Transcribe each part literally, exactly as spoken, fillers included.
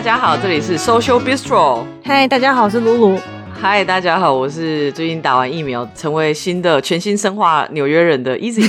家好，这里是 Social Bistro。 嗨，大家好，我是露露。 嗨，大家好，我是最近打完疫苗成为新的全新生化纽约人的 Easy。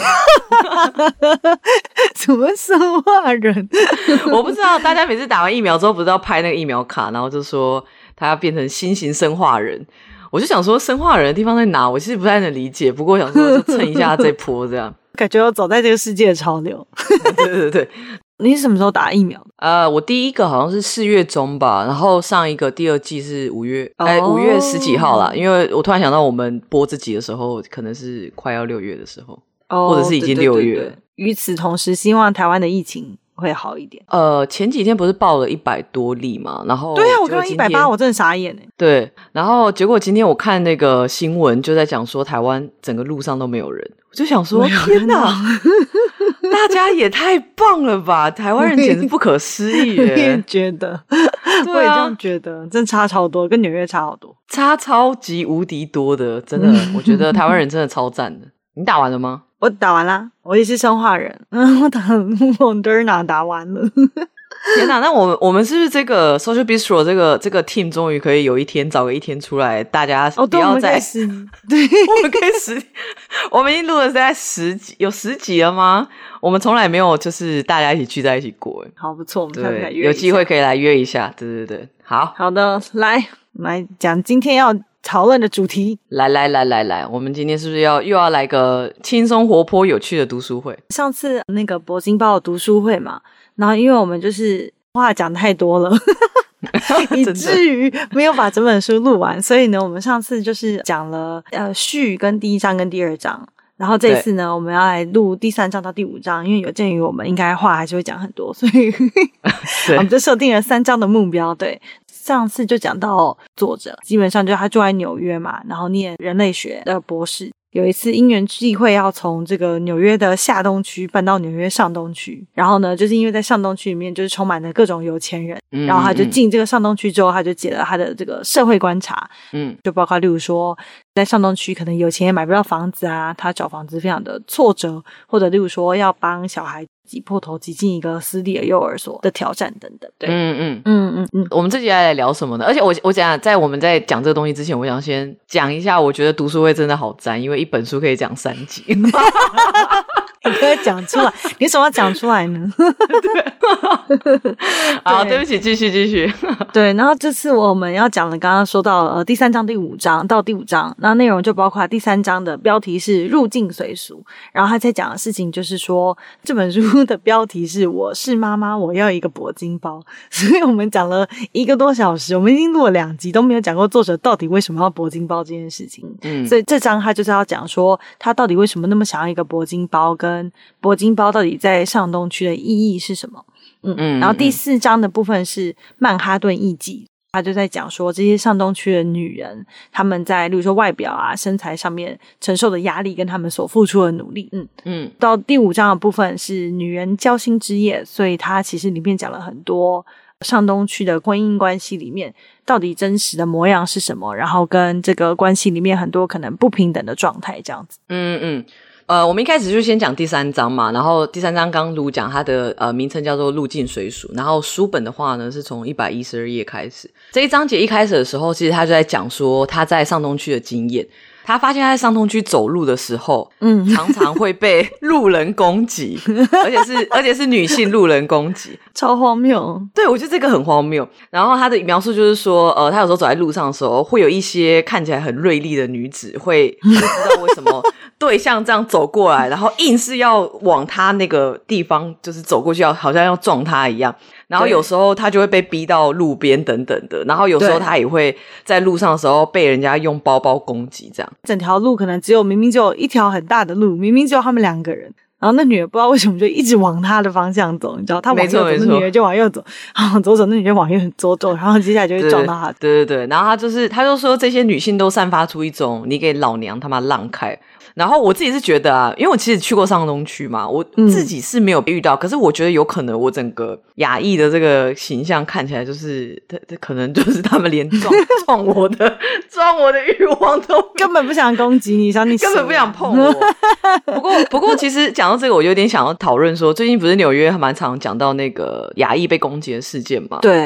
什么生化人？ 我不知道，大家每次打完疫苗之后不是要拍那个疫苗卡，然后就说他要变成新型生化人，我就想说生化人的地方在哪，我其实不太能理解，不过我想说就蹭一下这波这样。 感觉我走在这个世界的潮流。 对对对。 你是什么时候打疫苗的？ 呃，我第一个好像是四月中吧，然后上一个第二季是五月，哎、 哦， 五月十几号啦。因为我突然想到，我们播这集的时候，可能是快要六月的时候， 哦， 或者是已经六月了。 对对对对，与此同时，希望台湾的疫情会好一点。 呃，前几天不是报了一百多例嘛，然后对啊，我看到一百八，我真的傻眼哎。 对，然后结果今天我看那个新闻，就在讲说台湾整个路上都没有人，我就想说，天哪！大家也太棒了吧！台湾人简直不可思议耶！ 我也觉得，我也这样觉得，真差超多，跟纽约差好多， 差超级无敌多的，真的，我觉得台湾人真的超赞的。你打完了吗？ 我打完啦，我也是生化人，嗯，我打了 Moderna 打完了。 天哪，那我们我们是不是这个 Social Bistro 这个这个 team 终于可以有一天找个一天出来，大家不要再、 哦、对， 我们可以十，我们已经录了大概十集，有十集了吗？我们从来没有就是大家一起聚在一起过。 好，不错，我们对， 来约一下， 有机会可以来约一下。对对对，好好的，来来讲今天要讨论的主题。 来来来来来，我们今天是不是要又要来个轻松活泼有趣的读书会？ 上次那个铂金包的读书会嘛，然后因为我们就是话讲太多了以至于没有把整本书录完，所以呢我们上次就是讲了呃序跟第一章跟第二章，然后这次呢我们要来录第三章到第五章，因为有鉴于我们应该话还是会讲很多，所以我们就设定了三章的目标。对，上次就讲到作者基本上就他住在纽约嘛，然后念人类学的博士，有一次因缘际会要从这个纽约的下东区搬到纽约上东区，然后呢就是因为在上东区里面就是充满了各种有钱人，嗯嗯嗯，然后他就进这个上东区之后，他就解了他的这个社会观察，嗯，就包括例如说在上东区可能有钱也买不到房子啊，他找房子非常的挫折，或者例如说要帮小孩挤破头挤进一个私立的幼儿所的挑战等等。对， 嗯嗯嗯嗯嗯。我们这集来聊什么呢？而且我我讲在我们在讲这个东西之前，我想先讲一下，我觉得读书会真的好赞，因为一本书可以讲三集。 你可以讲出来，你为什么要讲出来呢？ 对，好，对不起，继续继续。 对，然后这次我们要讲的，刚刚说到呃第三章第五章到第五章，那内容就包括第三章的标题是入境随俗，然后他在讲的事情就是说这本书的标题是我是妈妈我要一个铂金包，所以我们讲了一个多小时，我们已经录了两集都没有讲过作者到底为什么要铂金包这件事情。嗯，所以这章他就是要讲说他到底为什么那么想要一个铂金包，跟铂金包到底在上东区的意义是什么。嗯嗯，然后第四章的部分是曼哈顿艺伎，他就在讲说这些上东区的女人他们在例如说外表啊身材上面承受的压力跟他们所付出的努力。嗯嗯，到第五章的部分是女人交心之夜，所以他其实里面讲了很多上东区的婚姻关系里面到底真实的模样是什么，然后跟这个关系里面很多可能不平等的状态这样子。 嗯嗯，呃，我们一开始就先讲第三章嘛，然后第三章刚如讲它的呃名称叫做入境随俗，然后书本的话呢是从一百一十二页开始。这一章节一开始的时候，其实他就在讲说他在上东区的经验。他发现他在上东区走路的时候，嗯，常常会被路人攻击，而且是而且是女性路人攻击， 超荒谬。 对，我觉得这个很荒谬。然后他的描述就是说，呃，他有时候走在路上的时候，会有一些看起来很锐利的女子会不知道为什么对象这样走过来，然后硬是要往他那个地方就是走过去，要好像要撞他一样。然后有时候他就会被逼到路边等等的，然后有时候他也会在路上的时候被人家用包包攻击这样。 整条路可能只有明明只有一条很大的路，明明只有他们两个人，然后那女的不知道为什么就一直往他的方向走，你知道，他往右走，那女的就往右走，然后左走，那女的往右左走，然后接下来就会撞到他。 对对对，然后他就是他就说这些女性都散发出一种你给老娘他妈让开。然后我自己是觉得啊，因为我其实去过上东区嘛，我自己是没有遇到、嗯、可是我觉得有可能我整个亚裔的这个形象看起来就是可能就是他们连撞撞我的撞我的欲望都根本不想攻击你，想你根本不想碰我。不过不过其实讲到这个我有点想要讨论说，最近不是纽约还蛮常讲到那个亚裔被攻击的事件嘛？ 对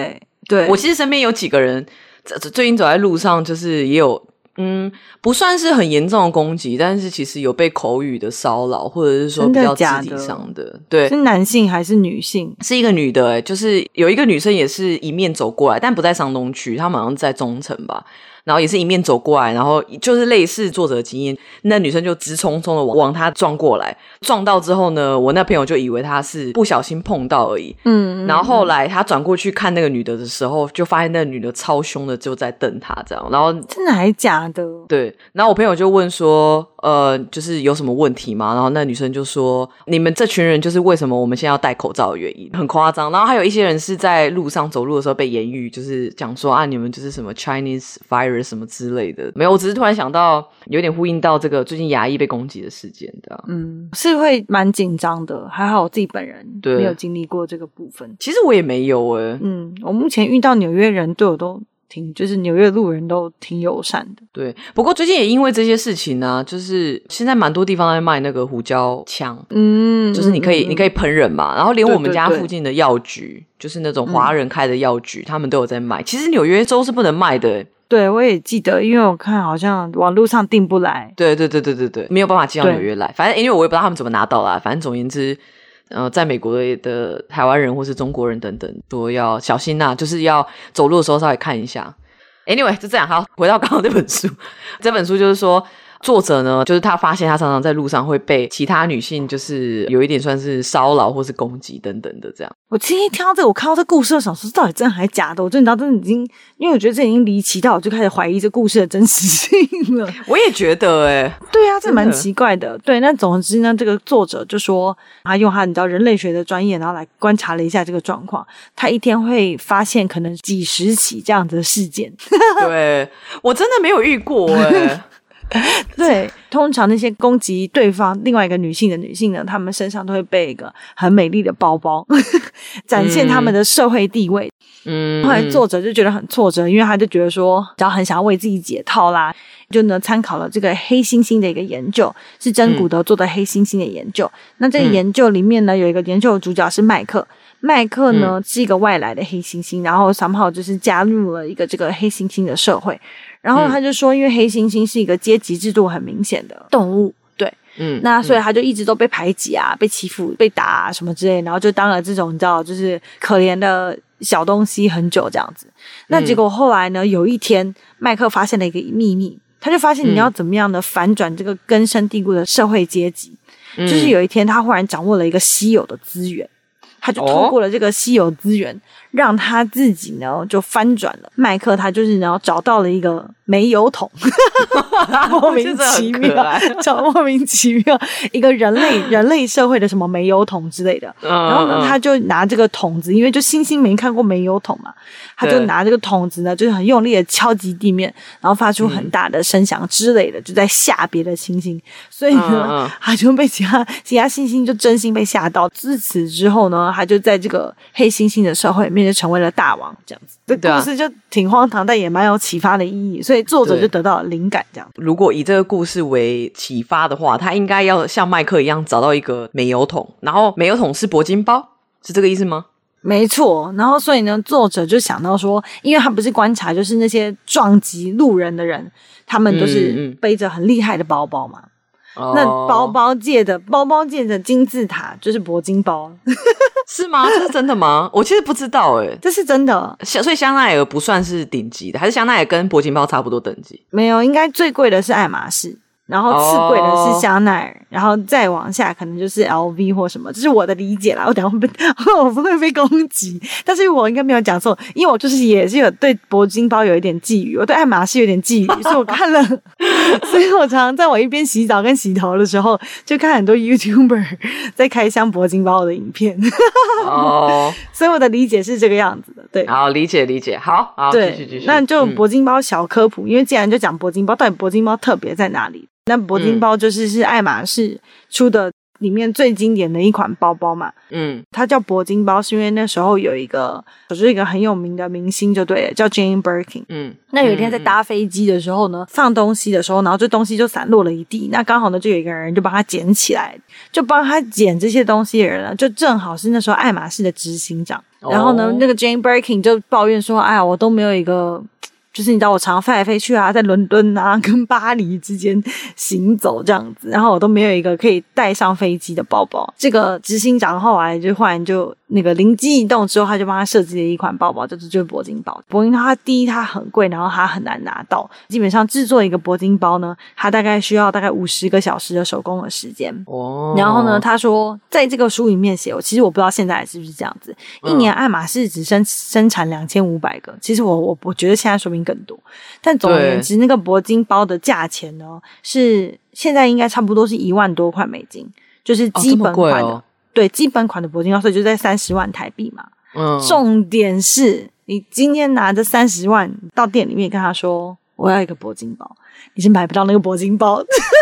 对， 我其实身边有几个人最近走在路上，就是也有嗯，不算是很严重的攻击，但是其实有被口语的骚扰，或者是说比较肢体上的。的对， 是男性还是女性？ 是一个女的、欸，就是有一个女生也是一面走过来，但不在商东区，她们好像在中城吧。然后也是一面走过来，然后就是类似作者的经验，那女生就直冲冲的往往他撞过来，撞到之后呢，我那朋友就以为他是不小心碰到而已，嗯，然后后来他转过去看那个女的的时候，就发现那个女的超凶的就在瞪他这样，然后真的还是假的？ 对，然后我朋友就问说，呃，就是有什么问题吗？然后那女生就说，你们这群人就是为什么我们现在要戴口罩的原因，很夸张。然后还有一些人是在路上走路的时候被言语，就是讲说啊，你们就是什么 Chinese virus。什么之类的，没有，我只是突然想到，有点呼应到这个最近牙医被攻击的事件的， 嗯，是会蛮紧张的。还好我自己本人没有经历过这个部分， 其实我也没有诶、欸， 嗯，我目前遇到纽约人对我都挺，就是纽约路人都挺友善的。 对，不过最近也因为这些事情呢、啊，就是现在蛮多地方在卖那个胡椒枪，嗯，就是你可以、嗯、你可以喷人嘛，然后连我们家附近的药局，对对对，就是那种华人开的药局、嗯，他们都有在卖。其实纽约州是不能卖的、欸。 对，我也记得，因为我看好像网络上订不来。 对对对对对对，没有办法寄到纽约来。反正因为我也不知道他们怎么拿到啦。反正总而言之，呃，在美国的的台湾人或是中国人等等，都要小心呐、啊，就是要走路的时候稍微看一下。Anyway， 就这样。好，回到刚刚这本书，这本书就是说。作者呢，就是他发现他常常在路上会被其他女性就是有一点算是骚扰或是攻击等等的这样。 我今天听到这个，我看到这故事，我想说到底真的还假的？我真的真的已经，因为我觉得这已经离奇到我就开始怀疑这故事的真实性了。 我也觉得诶、欸、 对啊，这蛮奇怪的。对，那总之呢，这个作者就说他用他你知道人类学的专业，然后来观察了一下这个状况。他一天会发现可能几十起这样子的事件。 对，我真的没有遇过诶、欸对，通常那些攻击对方另外一个女性的女性呢，她们身上都会背一个很美丽的包包，展现她们的社会地位。嗯，后来作者就觉得很挫折，因为他就觉得说，只要很想要为自己解套啦，就呢参考了这个黑猩猩的一个研究，是珍古德做的黑猩猩的研究。嗯、那这个研究里面呢，有一个研究的主角是麦克。麦克呢、嗯、是一个外来的黑猩猩，然后 somehow 就是加入了一个这个黑猩猩的社会。然后他就说，因为黑猩猩是一个阶级制度很明显的动物，对，嗯，那所以他就一直都被排挤啊，被欺负、被打啊什么之类，然后就当了这种你知道，就是可怜的小东西很久这样子。那结果后来呢，有一天麦克发现了一个秘密，他就发现你要怎么样的反转这个根深蒂固的社会阶级，嗯、就是有一天他忽然掌握了一个稀有的资源。他就透过了这个稀有资源、哦、让他自己呢就翻转了。麦克他就是然后找到了一个煤油桶莫名其妙找莫名其妙一个人类人类社会的什么煤油桶之类的、嗯、然后呢他就拿这个桶子，因为就星星没看过煤油桶嘛，他就拿这个桶子呢就是很用力的敲击地面，然后发出很大的声响之类的、嗯、就在吓别的星星，所以呢、嗯嗯、他就被其他其他星星就真心被吓到。自此之后呢，他就在这个黑猩猩的社会里面就成为了大王，这样子。这故事就挺荒唐，但也蛮有启发的意义，所以作者就得到了灵感。这样， 如果以这个故事为启发的话，他应该要像麦克一样找到一个煤油桶，然后煤油桶是铂金包，是这个意思吗？ 没错，然后所以呢，作者就想到说，因为他不是观察，就是那些撞击路人的人，他们都是背着很厉害的包包嘛。嗯嗯那包包界的包包界的金字塔就是铂金包是吗？这是真的吗？我其实不知道诶、欸、 这是真的。 所以香奈儿不算是顶级的，还是香奈儿跟铂金包差不多等级？ 没有，应该最贵的是爱马仕，然后次贵的是香奈儿、oh. 然后再往下可能就是 L V 或什么，这是我的理解啦，我等一下会被我不会被攻击，但是我应该没有讲错，因为我就是也是有对铂金包有一点觊觎，我对爱马仕有点觊觎所以我看了所以我常常在我一边洗澡跟洗头的时候就看很多 YouTuber 在开箱铂金包的影片哦，oh. 所以我的理解是这个样子的。对， 好，理解理解，好，好，继续继续。 那就铂金包小科普、嗯、因为既然就讲铂金包，到底铂金包特别在哪里？那铂金包就是是爱马仕出的里面最经典的一款包包嘛， 嗯， 它叫铂金包，是因为那时候有一个就是一个很有名的明星就对了，叫 Jane Birkin。 嗯， 那有一天在搭飞机的时候呢，放东西的时候，然后这东西就散落了一地，那刚好呢就有一个人就帮他捡起来，就帮他捡这些东西的人呢，就正好是那时候爱马仕的执行长。然后呢，哦、那个 Jane Birkin 就抱怨说：“哎呀，我都没有一个。”就是你知道我常飞来飞去啊，在伦敦啊跟巴黎之间行走这样子，然后我都没有一个可以带上飞机的包包。这个执行长后来就忽然就那个灵机一动之后，他就帮他设计了一款包包，就是就是铂金包。铂金包它第一它很贵，然后它很难拿到，基本上制作一个铂金包呢，它大概需要大概五十个小时的手工的时间。哦。然后呢，他说在这个书里面写，其实我不知道现在是不是这样子，一年爱马仕只生生产两千五百个，其实我我我觉得现在说明更多，但总而言之，那个铂金包的价钱呢，是现在应该差不多是一万多块美金，就是基本款的，哦哦、对，基本款的铂金包，所以就在三十万台币嘛。嗯，重点是你今天拿着三十万到店里面跟他说我要一个铂金包，你是买不到那个铂金包。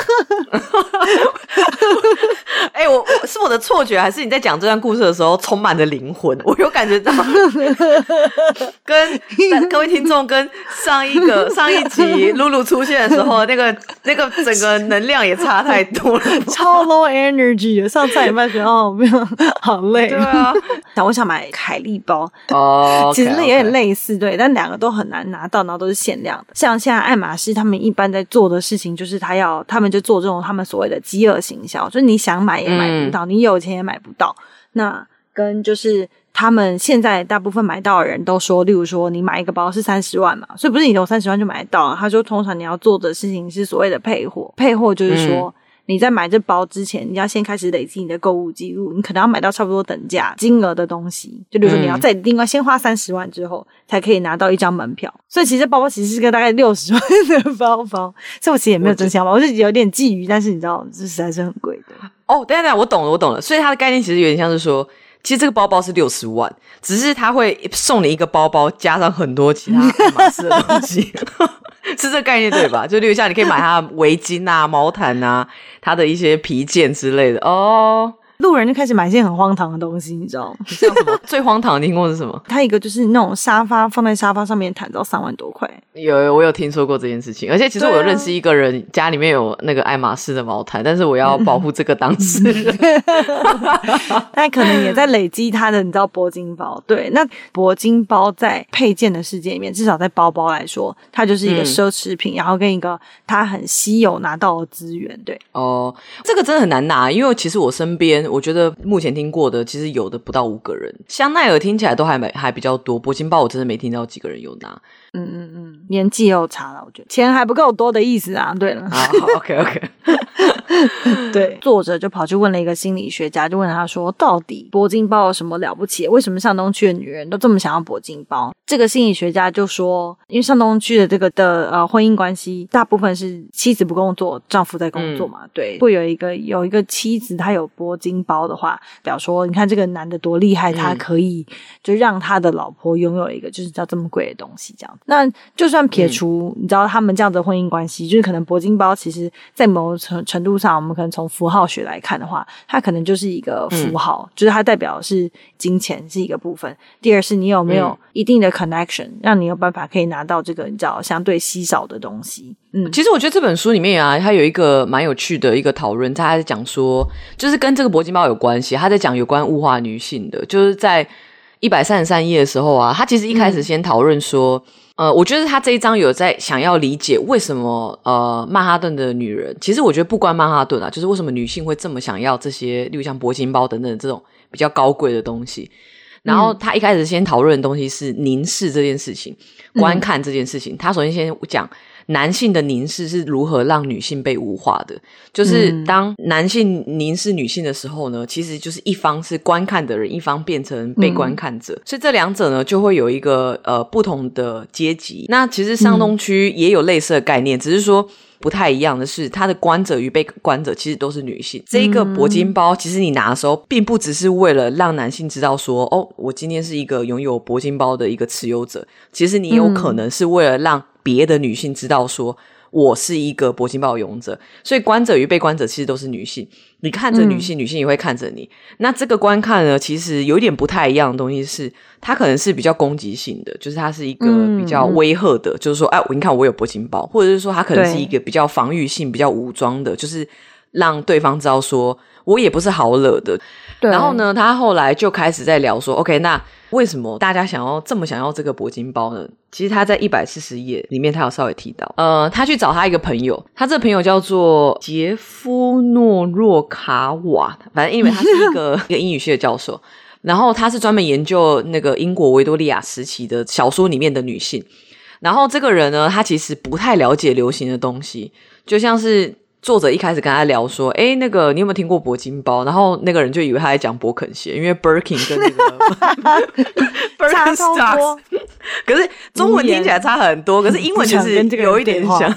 哎、欸，我我是我的错觉，还是你在讲这段故事的时候充满着灵魂？我有感觉到，跟各位听众跟上一个上一集露露出现的时候，那个那个整个能量也差太多了， 超 low energy 的。上次礼拜觉得哦，没有，好累。 对啊， 想我想买凯利包哦， okay, 其实那也很类似，对，但两个都很难拿到，然后都是限量的。像现在爱马仕他们一般在做的事情，就是他要他们就做这种他们所谓的饥饿行销，就是你想买也买不到，嗯、你有钱也买不到。那跟就是他们现在大部分买到的人都说，例如说你买一个包是三十万嘛，所以不是你有三十万就买得到啊。他说通常你要做的事情是所谓的配货，配货就是说。嗯你在买这包之前，你要先开始累积你的购物记录，你可能要买到差不多等价金额的东西，就比如说你要再另外先花三十万之后才可以拿到一张门票，所以其实包包其实是个大概六十万的包包，所以我其实也没有真想法，我是有点觊觎，但是你知道这实在是很贵的。 哦，等一下等一下，我懂了我懂了，所以它的概念其实有点像是说，其实这个包包是六十万，只是它会送你一个包包加上很多其他爱马仕的东西。是这个概念对吧？就例如像你可以买它的围巾啊、毛毯啊、它的一些皮件之类的哦。 路人就开始买一些很荒唐的东西，你知道吗？ 像什么最荒唐的听过是什么？ 它一个就是那种沙发放在沙发上面毯子要三万多块。 有有，我有听说过这件事情，而且其实我有认识一个人，啊、家里面有那个爱马仕的毛毯，但是我要保护这个当事人。 他可能也在累积他的，你知道铂金包。对，那铂金包在配件的世界里面，至少在包包来说，它就是一个奢侈品，嗯、然后跟一个它很稀有拿到的资源。对， 哦，这个真的很难拿，因为其实我身边。我觉得目前听过的其实有的不到五个人，香奈儿听起来都还还比较多，铂金包我真的没听到几个人有拿。 嗯嗯嗯，年纪又差了，我觉得钱还不够多的意思啊。对了， 好 ，OK OK。 对，作者就跑去问了一个心理学家，就问他说，到底铂金包有什么了不起？为什么上东区的女人都这么想要铂金包？这个心理学家就说，因为上东区的这个的呃婚姻关系，大部分是妻子不工作，丈夫在工作嘛。嗯、对，会有一个有一个妻子，她有铂金包的话，表示说，你看这个男的多厉害，他可以就让他的老婆拥有一个就是叫这么贵的东西，这样。那就算撇除、嗯、你知道他们这样的婚姻关系，就是可能铂金包其实在某程程度上，我们可能从符号学来看的话，它可能就是一个符号、嗯、就是它代表的是金钱是一个部分。第二是你有没有一定的 connection、嗯、让你有办法可以拿到这个你知道相对稀少的东西。嗯， 其实我觉得这本书里面啊，它有一个蛮有趣的一个讨论，他在讲说就是跟这个铂金包有关系，他在讲有关物化女性的，就是在一百三十三页的时候啊，他其实一开始先讨论说、嗯、呃，我觉得他这一章有在想要理解为什么呃曼哈顿的女人，其实我觉得不关曼哈顿啊，就是为什么女性会这么想要这些例如像铂金包等等这种比较高贵的东西。然后他一开始先讨论的东西是凝视这件事情、嗯、观看这件事情。他首先先讲男性的凝视是如何让女性被物化的，就是当男性凝视女性的时候呢，其实就是一方是观看的人，一方变成被观看者、嗯、所以这两者呢就会有一个呃不同的阶级。那其实上东区也有类似的概念、嗯、只是说不太一样的是，他的观者与被观者其实都是女性。这个铂金包其实你拿的时候并不只是为了让男性知道说哦，我今天是一个拥有铂金包的一个持有者，其实你有可能是为了让别的女性知道说我是一个铂金豹勇者，所以观者与被观者其实都是女性，你看着女性、嗯、女性也会看着你。那这个观看呢其实有点不太一样的东西是它可能是比较攻击性的，就是它是一个比较威吓的、嗯、就是说哎，你看我有铂金豹，或者是说它可能是一个比较防御性比较武装的，就是让对方知道说我也不是好惹的。然后呢他后来就开始在聊说 OK 那为什么大家想要这么想要这个铂金豹呢？其实他在一百四十页里面他有稍微提到呃，他去找他一个朋友，他这个朋友叫做杰夫诺若卡瓦，反正因为他是一个一个英语系的教授，然后他是专门研究那个英国维多利亚时期的小说里面的女性。然后这个人呢他其实不太了解流行的东西，就像是作者一开始跟他聊说诶那个你有没有听过铂金豹，然后那个人就以为他在讲勃肯鞋，因为 Birkin 跟那个Birkenstocks 可是中文听起来差很多，可是英文就是有一点像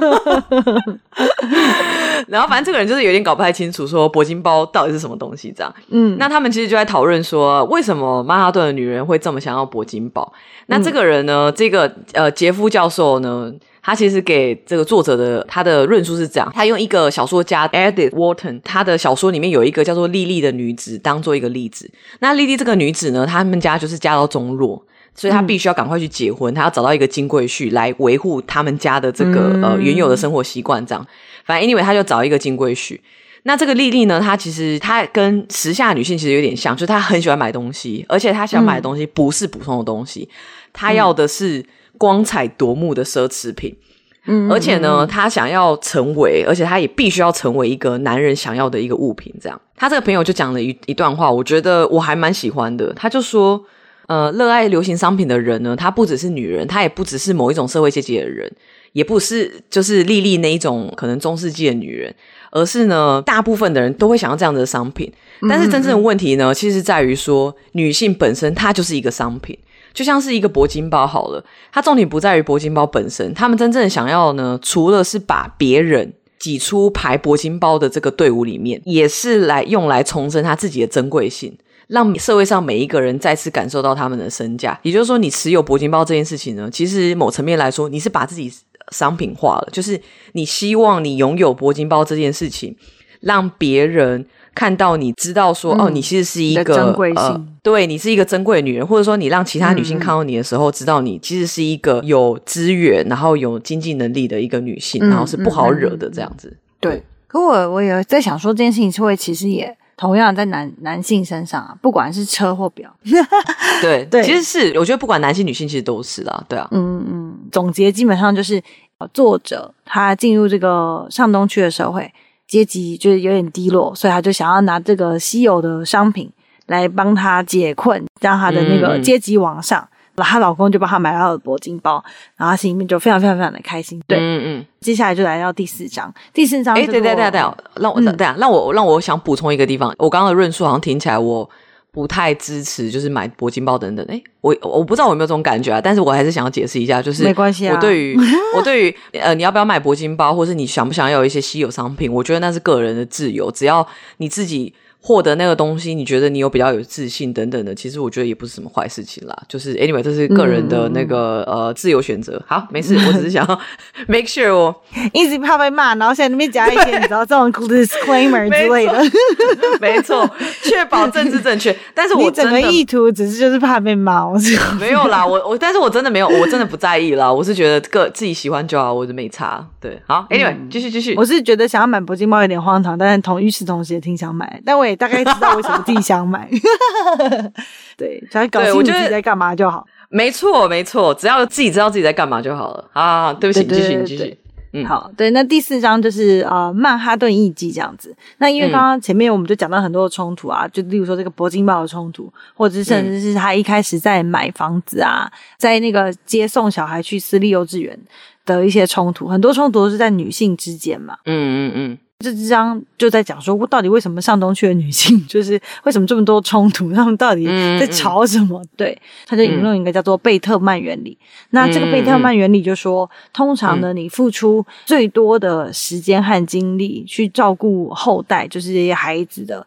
然后反正这个人就是有点搞不太清楚说铂金豹到底是什么东西这样。嗯，那他们其实就在讨论说为什么曼哈顿的女人会这么想要铂金豹。那这个人呢、嗯、这个呃杰夫教授呢他其实给这个作者的他的论述是这样，他用一个小说家 Edith Wharton 他的小说里面有一个叫做莉莉的女子当做一个例子。那莉莉这个女子呢他们家就是家道中落，所以她必须要赶快去结婚，她、嗯、要找到一个金贵婿来维护他们家的这个、嗯、呃原有的生活习惯这样。反正 anyway 她就找一个金贵婿。那这个莉莉呢她其实她跟时下女性其实有点像，就是她很喜欢买东西，而且她想买的东西不是普通的东西、嗯、她要的是光彩夺目的奢侈品。嗯，而且呢他想要成为，而且他也必须要成为一个男人想要的一个物品这样。他这个朋友就讲了一一段话，我觉得我还蛮喜欢的。他就说呃，热爱流行商品的人呢，他不只是女人，他也不只是某一种社会阶级的人，也不是就是莉莉那一种可能中世纪的女人，而是呢大部分的人都会想要这样的商品。但是真正的问题呢其实在于说女性本身她就是一个商品，就像是一个铂金包好了，它重点不在于铂金包本身，他们真正想要呢除了是把别人挤出排铂金包的这个队伍里面，也是来用来重申他自己的珍贵性，让社会上每一个人再次感受到他们的身价。也就是说你持有铂金包这件事情呢，其实某层面来说你是把自己商品化了，就是你希望你拥有铂金包这件事情让别人看到你知道说、嗯、哦，你其实是一个珍贵性、 呃、对，你是一个珍贵的女人，或者说你让其他女性看到你的时候、嗯、知道你其实是一个有资源然后有经济能力的一个女性、嗯、然后是不好惹的这样子、嗯嗯、 对, 对可我我也在想说这件事情是会其实也同样在男男性身上啊，不管是车或表对对，其实是我觉得不管男性女性其实都是啦，对啊。 嗯嗯，总结基本上就是作者他进入这个上东区的社会，阶级就是有点低落，所以他就想要拿这个稀有的商品来帮他解困，让他的那个阶级往上、嗯、然后她老公就帮他买到了铂金包，然后他心里面就非常非常非常的开心。对，嗯嗯。接下来就来到第四章，第四章、这个、 诶对对对对，让我、嗯、让我让我想补充一个地方，我刚刚的论述好像听起来我不太支持就是买铂金包等等。诶我我不知道我有没有这种感觉啊，但是我还是想要解释一下，就是没关系啊， 我对于我对于呃你要不要买铂金包，或是你想不想要有一些稀有商品，我觉得那是个人的自由，只要你自己获得那个东西你觉得你有比较有自信等等的，其实我觉得也不是什么坏事情啦，就是 anyway 这是个人的那个、嗯、呃自由选择。好，没事，我只是想要 make sure 我一直怕被骂，然后现在那边加一些你知道这种 disclaimer 之类的没错，确保政治正确。但是我真的你整个意图只是就是怕被骂，我没有啦，我我但是我真的没有，我真的不在意啦，我是觉得个自己喜欢就好，我就没差。对，好 anyway 继续继续。 我是觉得想要买铂金包有点荒唐，但是同与此同时也挺想买，但我也大概知道为什么自己想买对，想搞清楚自己在干嘛就好。 没错没错，只要自己知道自己在干嘛就好了啊。对不起，继续继续。嗯， 好，对，那第四章就是呃曼哈顿艺伎这样子。那因为刚刚前面我们就讲到很多的冲突啊、嗯、就例如说这个铂金包的冲突，或者是甚至是他一开始在买房子啊、嗯、在那个接送小孩去私立幼稚园的一些冲突，很多冲突都是在女性之间嘛。嗯嗯嗯，这章就在讲说到底为什么上东区的女性就是为什么这么多冲突，他们到底在吵什么、嗯嗯、对，他就引用一个叫做贝特曼原理、嗯、那这个贝特曼原理就说通常呢你付出最多的时间和精力去照顾后代，就是这些孩子的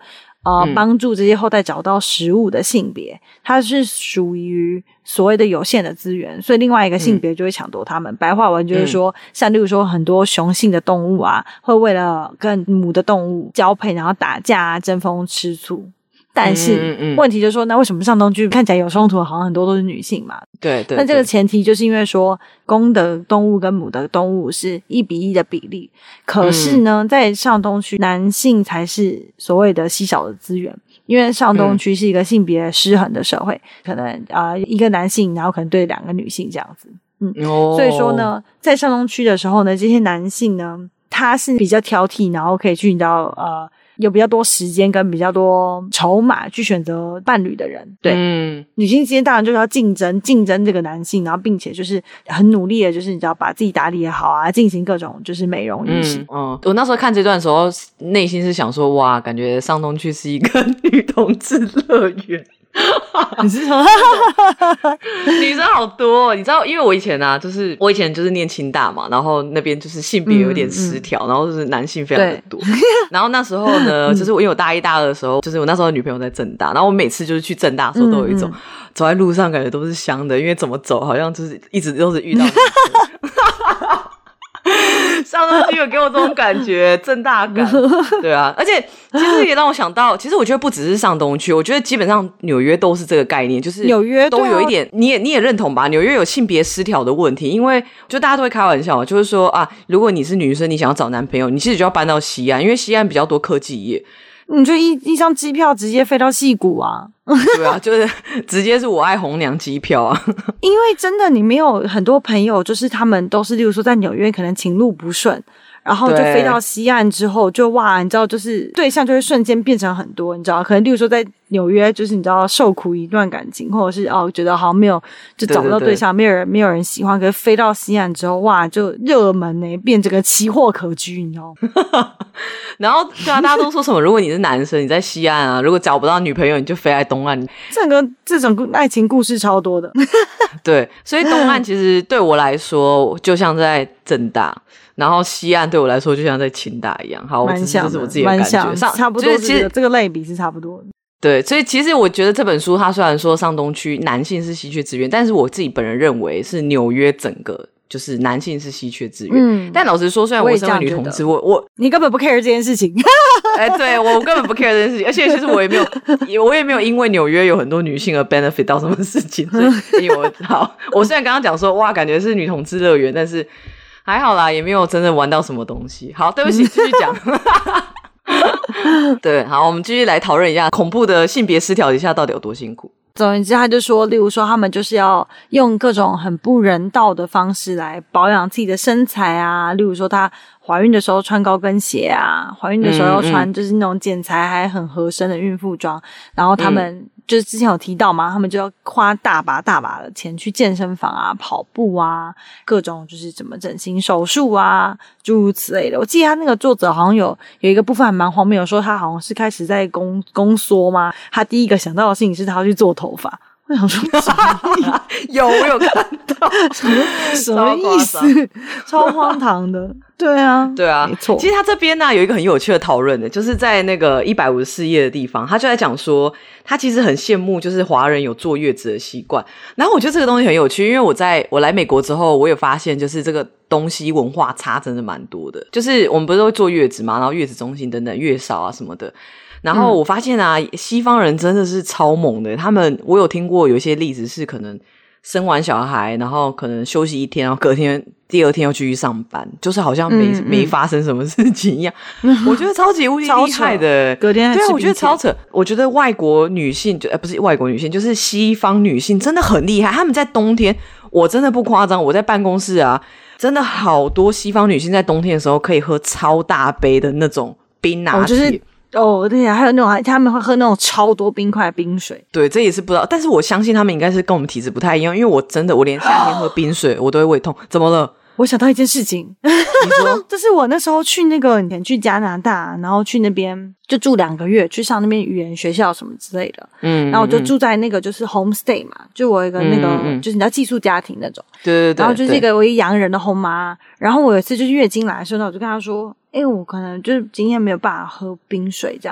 呃帮、嗯、助这些后代找到食物的性别，它是属于所谓的有限的资源，所以另外一个性别就会抢夺他们、嗯、白话文就是说、嗯、像例如说很多雄性的动物啊会为了跟母的动物交配然后打架啊争风吃醋，但是问题就是说，那为什么上东区看起来有冲突好像很多都是女性嘛？ 对 对, 对。 那这个前提就是因为说公的动物跟母的动物是一比一的比例，可是呢、嗯、在上东区男性才是所谓的稀少的资源，因为上东区是一个性别失衡的社会、嗯、可能啊、呃、一个男性然后可能对两个女性这样子。嗯、哦、所以说呢在上东区的时候呢，这些男性呢他是比较挑剔，然后可以去你知道呃有比较多时间跟比较多筹码去选择伴侣的人。对、嗯、女性之间当然就是要竞争竞争这个男性，然后并且就是很努力的就是你知道把自己打理也好啊，进行各种就是美容仪式。 嗯, 嗯我那时候看这段的时候内心是想说，哇，感觉上东区是一个女同志乐园。 你是说女生好多、哦、你知道因为我以前啊就是我以前就是念清大嘛，然后那边就是性别有点失调、嗯嗯、然后就是男性非常的多。然后那时候呢就是我因为我大一大二的时候就是我那时候的女朋友在政大，然后我每次就是去政大的时候都有一种、嗯嗯、走在路上感觉都是香的，因为怎么走好像就是一直都是遇到女生。上东区有给我这种感觉，正大感。对啊，而且其实也让我想到，其实我觉得不只是上东区，我觉得基本上纽约都是这个概念，就是纽约都有一点，你也你也认同吧？纽约有性别失调的问题，因为就大家都会开玩笑，就是说啊，如果你是女生，你想要找男朋友，你其实就要搬到西岸，因为西岸比较多科技业。 你就一一张机票直接飞到矽谷啊。 对啊，就是直接是我爱红娘机票啊。 因为真的你没有很多朋友就是他们都是例如说在纽约可能情路不顺，然后就飞到西岸之后就哇你知道就是对象就会瞬间变成很多，你知道可能例如说在纽约就是你知道受苦一段感情，或者是哦觉得好像没有就找不到对象，对对对，没有人没有人喜欢，可是飞到西岸之后哇就热门耶，变这个奇货可居你知道吗？ 然后对啊大家都说什么如果你是男生你在西岸啊，如果找不到女朋友你就飞来东岸， 整个这种爱情故事超多的。 对，所以东岸其实对我来说就像在政大，然后西岸对我来说就像在清大一样。好，我这是我自己的感觉， 差不多是、这个、这个类比是差不多的。 对，所以其实我觉得这本书它虽然说上东区男性是稀缺资源，但是我自己本人认为是纽约整个就是男性是稀缺资源。嗯，但老实说虽然我身为女同志，我我你根本不 care 这件事情。 哎，对，我根本不 care 这件事情，而且其实我也没有我也没有因为纽约有很多女性而 benefit 到什么事情。所以因为我好我虽然刚刚讲说哇感觉是女同志乐园，但是还好啦，也没有真的玩到什么东西。好，对不起，继续讲。对，好，我们继续来讨论一下恐怖的性别失调底下到底有多辛苦。 总而言之他就说例如说他们就是要用各种很不人道的方式来保养自己的身材啊，例如说她怀孕的时候穿高跟鞋啊，怀孕的时候要穿就是那种剪裁还很合身的孕妇装、嗯、然后他们、嗯就是之前有提到嘛，他们就要花大把大把的钱去健身房啊跑步啊各种就是怎么整形手术啊诸如此类的。我记得他那个作者好像有有一个部分还蛮荒谬，说他好像是开始在宫宫缩嘛，他第一个想到的事情是他要去做头发。我想说什么有我有看到什么什么意思，超荒唐的。对啊对啊， 没错。 其实他这边呢、啊、有一个很有趣的讨论的，就是在那个一百五十四页的地方，他就在讲说他其实很羡慕就是华人有坐月子的习惯。然后我觉得这个东西很有趣，因为我在我来美国之后我有发现就是这个东西文化差真的蛮多的，就是我们不是都会坐月子嘛，然后月子中心等等月嫂啊什么的，然后我发现啊、嗯、西方人真的是超猛的，他们我有听过有一些例子是可能生完小孩然后可能休息一天，然后隔天第二天又继续上班，就是好像没、嗯、没发生什么事情一样、嗯、我觉得超级无敌厉害的， 隔天还吃冰淇淋。 对啊，我觉得超扯。我觉得外国女性就、呃、不是外国女性就是西方女性真的很厉害，她们在冬天我真的不夸张，我在办公室啊真的好多西方女性在冬天的时候可以喝超大杯的那种冰拿铁、 哦就是哦，对呀、啊，还有那种他们会喝那种超多冰块冰水。 对，这也是不知道，但是我相信他们应该是跟我们体质不太一样，因为我真的我连夏天喝冰水我都会胃痛。怎么了？ 我想到一件事情，你说，就是我那时候去那个以前去加拿大，然后去那边就住两个月，去上那边语言学校什么之类的，嗯，然后我就住在那个就是 homestay 嘛，就我有一个那个、嗯、就是你知道寄宿家庭那种， 对对对， 然后就是一个我一洋人的后妈，然后我有一次就是月经来的时候，那我就跟她说，哎、欸，我可能就是今天没有办法喝冰水这样子。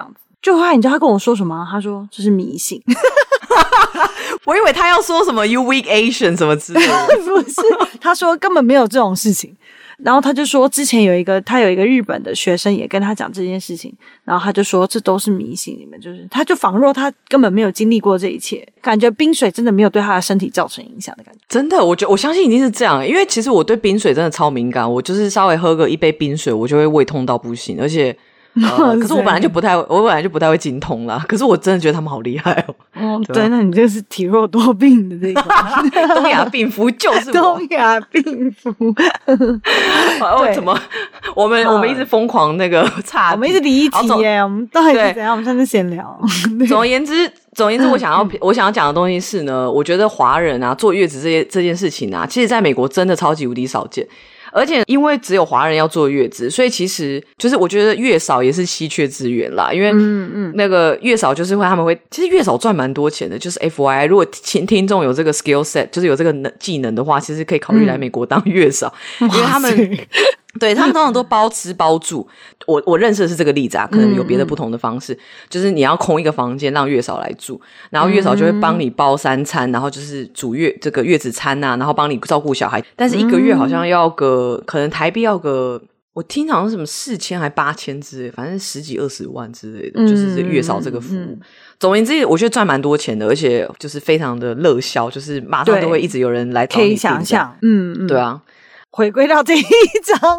就后来你知道他跟我说什么？他说这是迷信。 我以为他要说什么 you weak Asian 什么之类的。 不是，他说根本没有这种事情。然后他就说之前有一个他有一个日本的学生也跟他讲这件事情，然后他就说这都是迷信，你们就是他就仿若他根本没有经历过这一切，感觉冰水真的没有对他的身体造成影响的感觉。 真的，我觉得我相信一定是这样，因为其实我对冰水真的超敏感，我就是稍微喝个一杯冰水我就会胃痛到不行，而且呃、可是我本来就不太我本来就不太会经痛啦，可是我真的觉得他们好厉害哦。 哦，对，对，那你这是体弱多病的这个东亚病夫就是我。 东亚病夫。 哦，怎么我们、嗯、我们一直疯狂那个岔题， 我们一直离题耶，我们到底是怎样？我们上次闲聊。 总而言之总而言之我想要我想要讲的东西是呢，我觉得华人啊坐月子这些这件事情啊，其实在美国真的超级无敌少见。而且因为只有华人要坐月子，所以其实就是我觉得月嫂也是稀缺资源啦。因为那个月嫂就是会他们会，其实月嫂赚蛮多钱的。就是 F Y I， 如果听听众有这个 skill set， 就是有这个能技能的话，其实可以考虑来美国当月嫂，嗯、因为他们。对，他们通常都包吃包住。我我认识的是这个例子啊，可能有别的不同的方式、嗯、就是你要空一个房间让月嫂来住，然后月嫂就会帮你包三餐、嗯、然后就是煮月这个月子餐啊，然后帮你照顾小孩，但是一个月好像要个、嗯、可能台币要个，我听好像是什么四千还八千之类，反正十几二十万之类的、嗯、就是月嫂这个服务、嗯、总而言之我觉得赚蛮多钱的，而且就是非常的热销，就是马上都会一直有人来找你， 可以想象。嗯嗯， 对啊， 回归到这一章。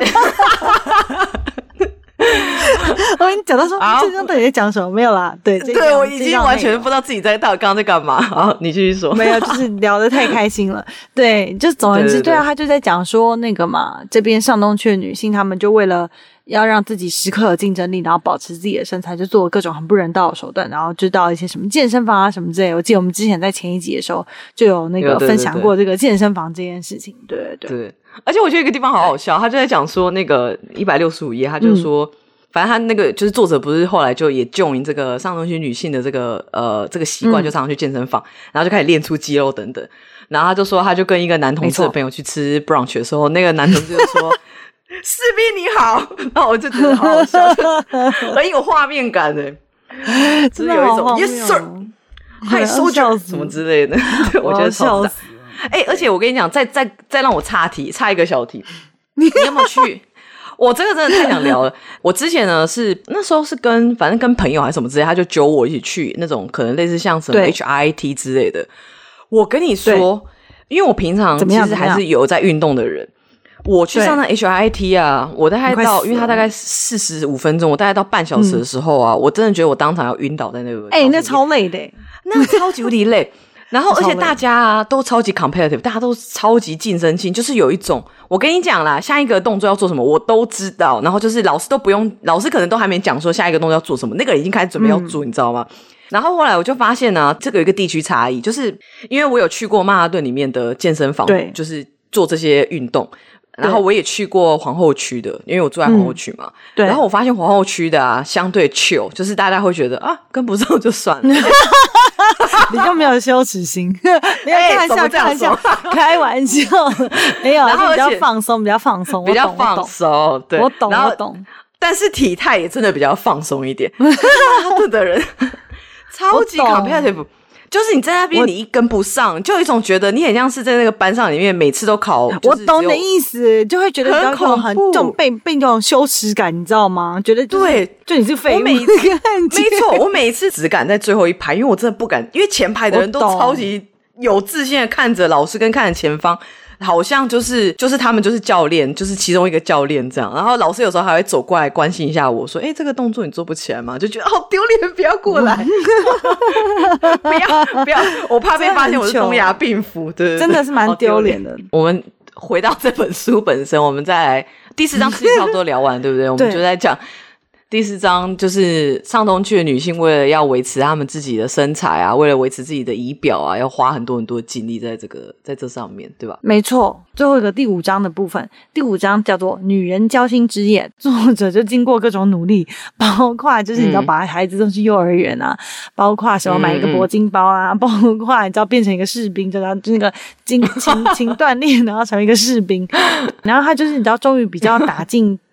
我跟你讲到说这章到底在讲什么？没有啦，对对，我已经完全不知道自己在到底刚刚在干嘛。好，你继续说。 没有，就是聊得太开心了。对，就总而言之，对啊，他就在讲说那个嘛，这边上东区的女性，她们就为了要让自己时刻有竞争力，然后保持自己的身材，就做各种很不人道的手段，然后就到一些什么健身房啊什么之类的。我记得我们之前在前一集的时候就有那个分享过这个健身房这件事情。对对 对, 对。 而且我觉得一个地方好好笑，他就在讲说那个一百六十五页，他就说、嗯、反正他那个就是作者不是后来就也 join 这个上东区女性的这个呃这个习惯，就常常去健身房、嗯、然后就开始练出肌肉等等。然后他就说他就跟一个男同志的朋友去吃 brunch 的时候，那个男同志就说士兵你好，然后我就觉得好好笑，很有画面感的，就是有一种 yes sir 嗨 soldier 什么之类的。我觉得超赞。哎、欸，而且我跟你讲，再再再让我岔题，岔一个小题，你有没有去？我这个真的太想聊了。我之前呢是那时候是跟反正跟朋友还是什么之类，他就揪我一起去那种可能类似像什么 H I I T 之类的。我跟你说，因为我平常其实还是有在运动的人，我去上那 H I I T 啊，我大概到，因为他大概四十五分钟，我大概到半小时的时候啊，嗯、我真的觉得我当场要晕倒在那个。哎、 欸，那超累的， 那超级无敌累。然后而且大家啊都超级 competitive， 大家都超级竞争性，就是有一种我跟你讲啦，下一个动作要做什么我都知道，然后就是老师都不用，老师可能都还没讲说下一个动作要做什么，那个人已经开始准备要做、嗯、你知道吗？然后后来我就发现呢、啊，这个有一个地区差异，就是因为我有去过曼哈顿里面的健身房，对，就是做这些运动，然后我也去过皇后区的，因为我住在皇后区嘛、嗯、对，然后我发现皇后区的啊相对 chill， 就是大家会觉得啊跟不上就算了。 你就没有羞耻心，没有开玩笑，开玩笑，开玩笑，没有，然后比较放松，比较放松， 比较放松，对， 我懂，我懂。 但是体态也真的比较放松一点。曼哈顿的人超级 competitive， 就是你在那边你一跟不上，就有一种觉得你很像是在那个班上里面每次都考。 我懂你的意思，就会觉得很恐怖，这种被被那种羞耻感，你知道吗？觉得、就是、对，就你是废物。 没错，我每一次只敢在最后一排，因为我真的不敢，因为前排的人都超级有自信的看着老师跟看着前方。好像就是就是他们就是教练，就是其中一个教练这样，然后老师有时候还会走过来关心一下我说，诶、欸、这个动作你做不起来吗？就觉得好丢脸，不要过来。不要不要，我怕被发现我是东亚病夫。对， 真的是蛮丢脸的。 我们回到这本书本身，我们再来第四章其实差不多聊完对不对？我们就在讲第四章，就是上东区的女性为了要维持她们自己的身材啊，为了维持自己的仪表啊，要花很多很多精力在这个在这上面，对吧？ 没错。最后一个第五章的部分，第五章叫做女人交心之夜，作者就经过各种努力，包括就是你知道把孩子送去幼儿园啊、嗯、包括什么买一个铂金包啊、嗯、包括你知道变成一个士兵，就那个勤勤勤锻炼然后成为一个士兵，然后他就是你知道终于比较打进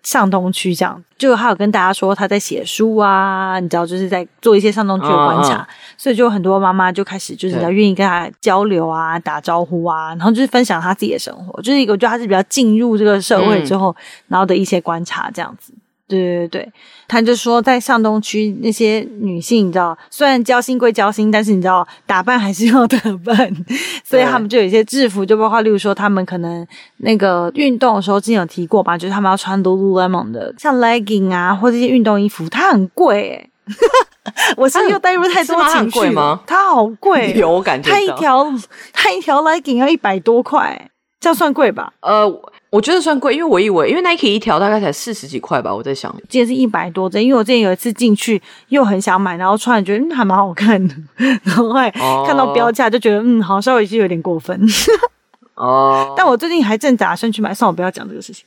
上东区这样，就还有跟大家说他在写书啊，你知道就是在做一些上东区的观察，嗯嗯，所以就很多妈妈就开始就是愿意跟他交流啊，打招呼啊，然后就是分享他自己的生活，就是一个我觉得他是比较进入这个社会之后，嗯，然后的一些观察这样子。对对对，他就说在上东区那些女性，你知道，虽然交心归交心，但是你知道打扮还是要打扮，所以他们就有一些制服，就包括例如说他们可能那个运动的时候之前有提过吧，就是他们要穿 Lululemon 的像 legging 啊或这些运动衣服，它很贵耶我是又带入太多情绪了吗？它好贵， 有我感觉到， 它一条它一条 legging 要一百多块，这样算贵吧？ 呃我觉得算贵，因为我以为因为 Nike 一条大概才四十几块吧，我在想记得是一百多，因为我之前有一次进去又很想买，然后穿觉得嗯还蛮好看的，然后还看到标价就觉得嗯好像稍微是有点过分哦，但我最近还正打算去买，算我不要讲这个事情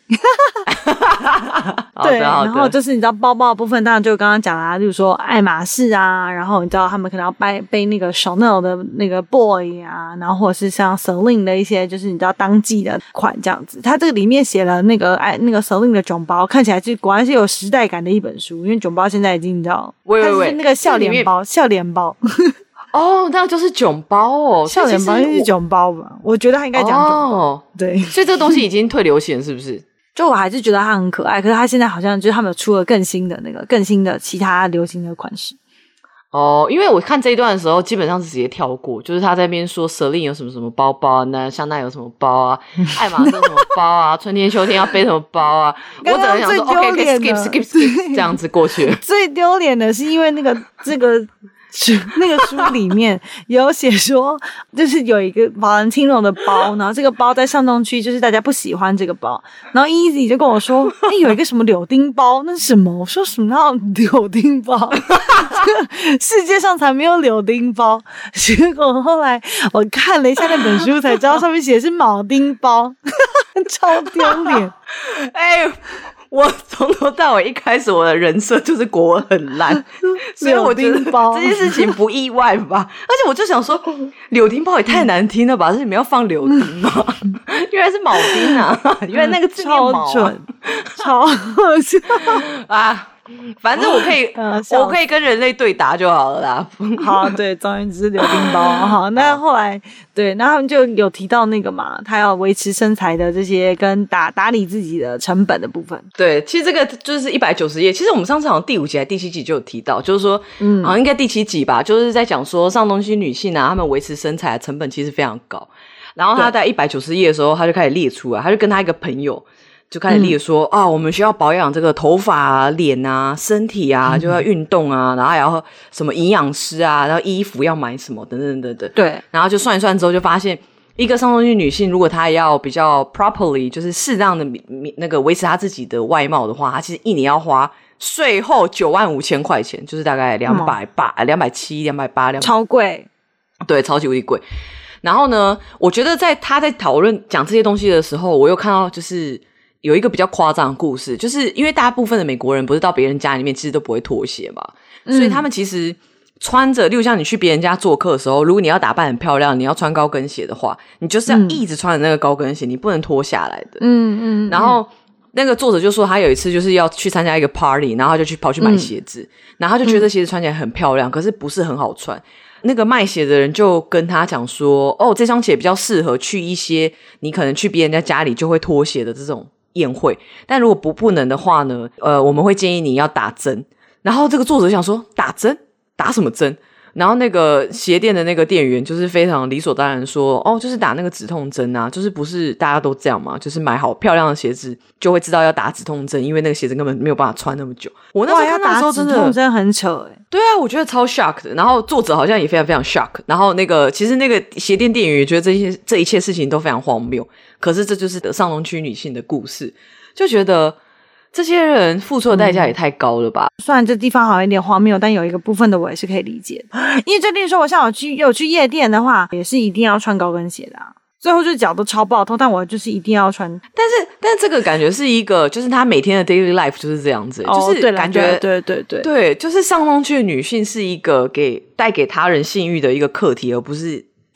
对，然后就是你知道包包的部分当然就刚刚讲啦，例如说爱马仕啊，然后你知道他们可能要背背那个 Chanel 的那个 boy 啊，然后或者是像 Celine 的一些就是你知道当季的款这样子，它这个里面写了那个爱那个 Celine 的囧包，看起来就果然是有时代感的一本书，因为囧包现在已经你知道喂喂喂它是那个笑脸包笑脸包哦，那就是囧包哦， 笑脸包就是囧包吧，我觉得他应该讲囧包，哦，对， 所以这个东西已经退流行是不是？ 就我还是觉得它很可爱，可是它现在好像就是他们有出了更新的那个更新的其他流行的款式。 哦，因为我看这一段的时候基本上是直接跳过，就是他在那边说 Celine 有什么什么包包，那香奈有什么包啊，爱马仕有什么包啊，春天秋天要背什么包啊，我只能想说 OK OK skip skip skip 这样子过去。 最丢脸的是因为那个这个那个书里面有写说，就是有一个 Valentino 的包，然后这个包在上东区就是大家不喜欢这个包，然后 Easy 就跟我说哎、欸，有一个什么柳丁包，那是什么？我说什么叫柳丁包世界上才没有柳丁包，结果后来我看了一下那本书才知道上面写的是铆钉包超丢脸哎、欸我从头到尾一开始我的人设就是国文很烂所以我觉得这件事情不意外吧而且我就想说柳丁包也太难听了吧，这里面要放柳丁吗原来是铆钉啊原来那个字念铆、啊、 超准超好笑啊反正我可以、呃、我可以跟人类对答就好了啦好，对，终于只是柳丁包好，那后来对，那他们就有提到那个嘛，他要维持身材的这些跟打打理自己的成本的部分。 对，其实这个就是一百九十页，其实我们上次好像第五集还第七集就有提到，就是说嗯，好像应该第七集吧，就是在讲说上东西女性啊，她们维持身材的成本其实非常高，然后他在一百九十页的时候他就开始列出来，他就跟他一个朋友就开始列说、嗯、啊，我们需要保养这个头发啊、脸啊、身体啊，就要运动啊，然后还要什么营养师啊，然后衣服要买什么等等等等。 对， 然后就算一算之后就发现，一个上东区女性如果她要比较 properly 就是适当的那个维持她自己的外貌的话，她其实一年要花税后九万五千块钱，就是大概两百八、两百七、两百八， 超贵， 对，超级无敌贵。然后呢，我觉得在他在讨论讲这些东西的时候，我又看到就是有一个比较夸张的故事，就是因为大部分的美国人不是到别人家里面其实都不会脱鞋嘛、嗯、所以他们其实穿着，例如像你去别人家做客的时候，如果你要打扮很漂亮，你要穿高跟鞋的话，你就是要一直穿着那个高跟鞋、嗯、你不能脱下来的。嗯嗯。然后那个作者就说他有一次就是要去参加一个 party， 然后他就去跑去买鞋子、嗯、然后他就觉得鞋子穿起来很漂亮、嗯、可是不是很好穿。那个卖鞋的人就跟他讲说，哦，这双鞋比较适合去一些你可能去别人家家里就会脱鞋的这种宴会，但如果不不能的话呢，呃，我们会建议你要打针。然后这个作者想说，打针？打什么针？然后那个鞋店的那个店员就是非常理所当然说，哦，就是打那个止痛针啊，就是不是大家都这样嘛，就是买好漂亮的鞋子就会知道要打止痛针，因为那个鞋子根本没有办法穿那么久。我那时候看到的时候真的， 打止痛针很扯欸。 对啊，我觉得超 shock 的。然后作者好像也非常非常 shock。然后那个其实那个鞋店店员也觉得这些这一切事情都非常荒谬。可是这就是上东区女性的故事，就觉得这些人付出的代价也太高了吧、嗯、 虽然这地方好像有点荒谬，但有一个部分的我也是可以理解的。因为就例如说我像我去有去夜店的话，也是一定要穿高跟鞋的啊，最后就脚都超爆痛，但我就是一定要穿。 但是但是这个感觉是一个就是他每天的 daily life 就是这样子、欸哦、就是感觉对对对对，就是上东区的女性是一个给带给他人性欲的一个课题，而不是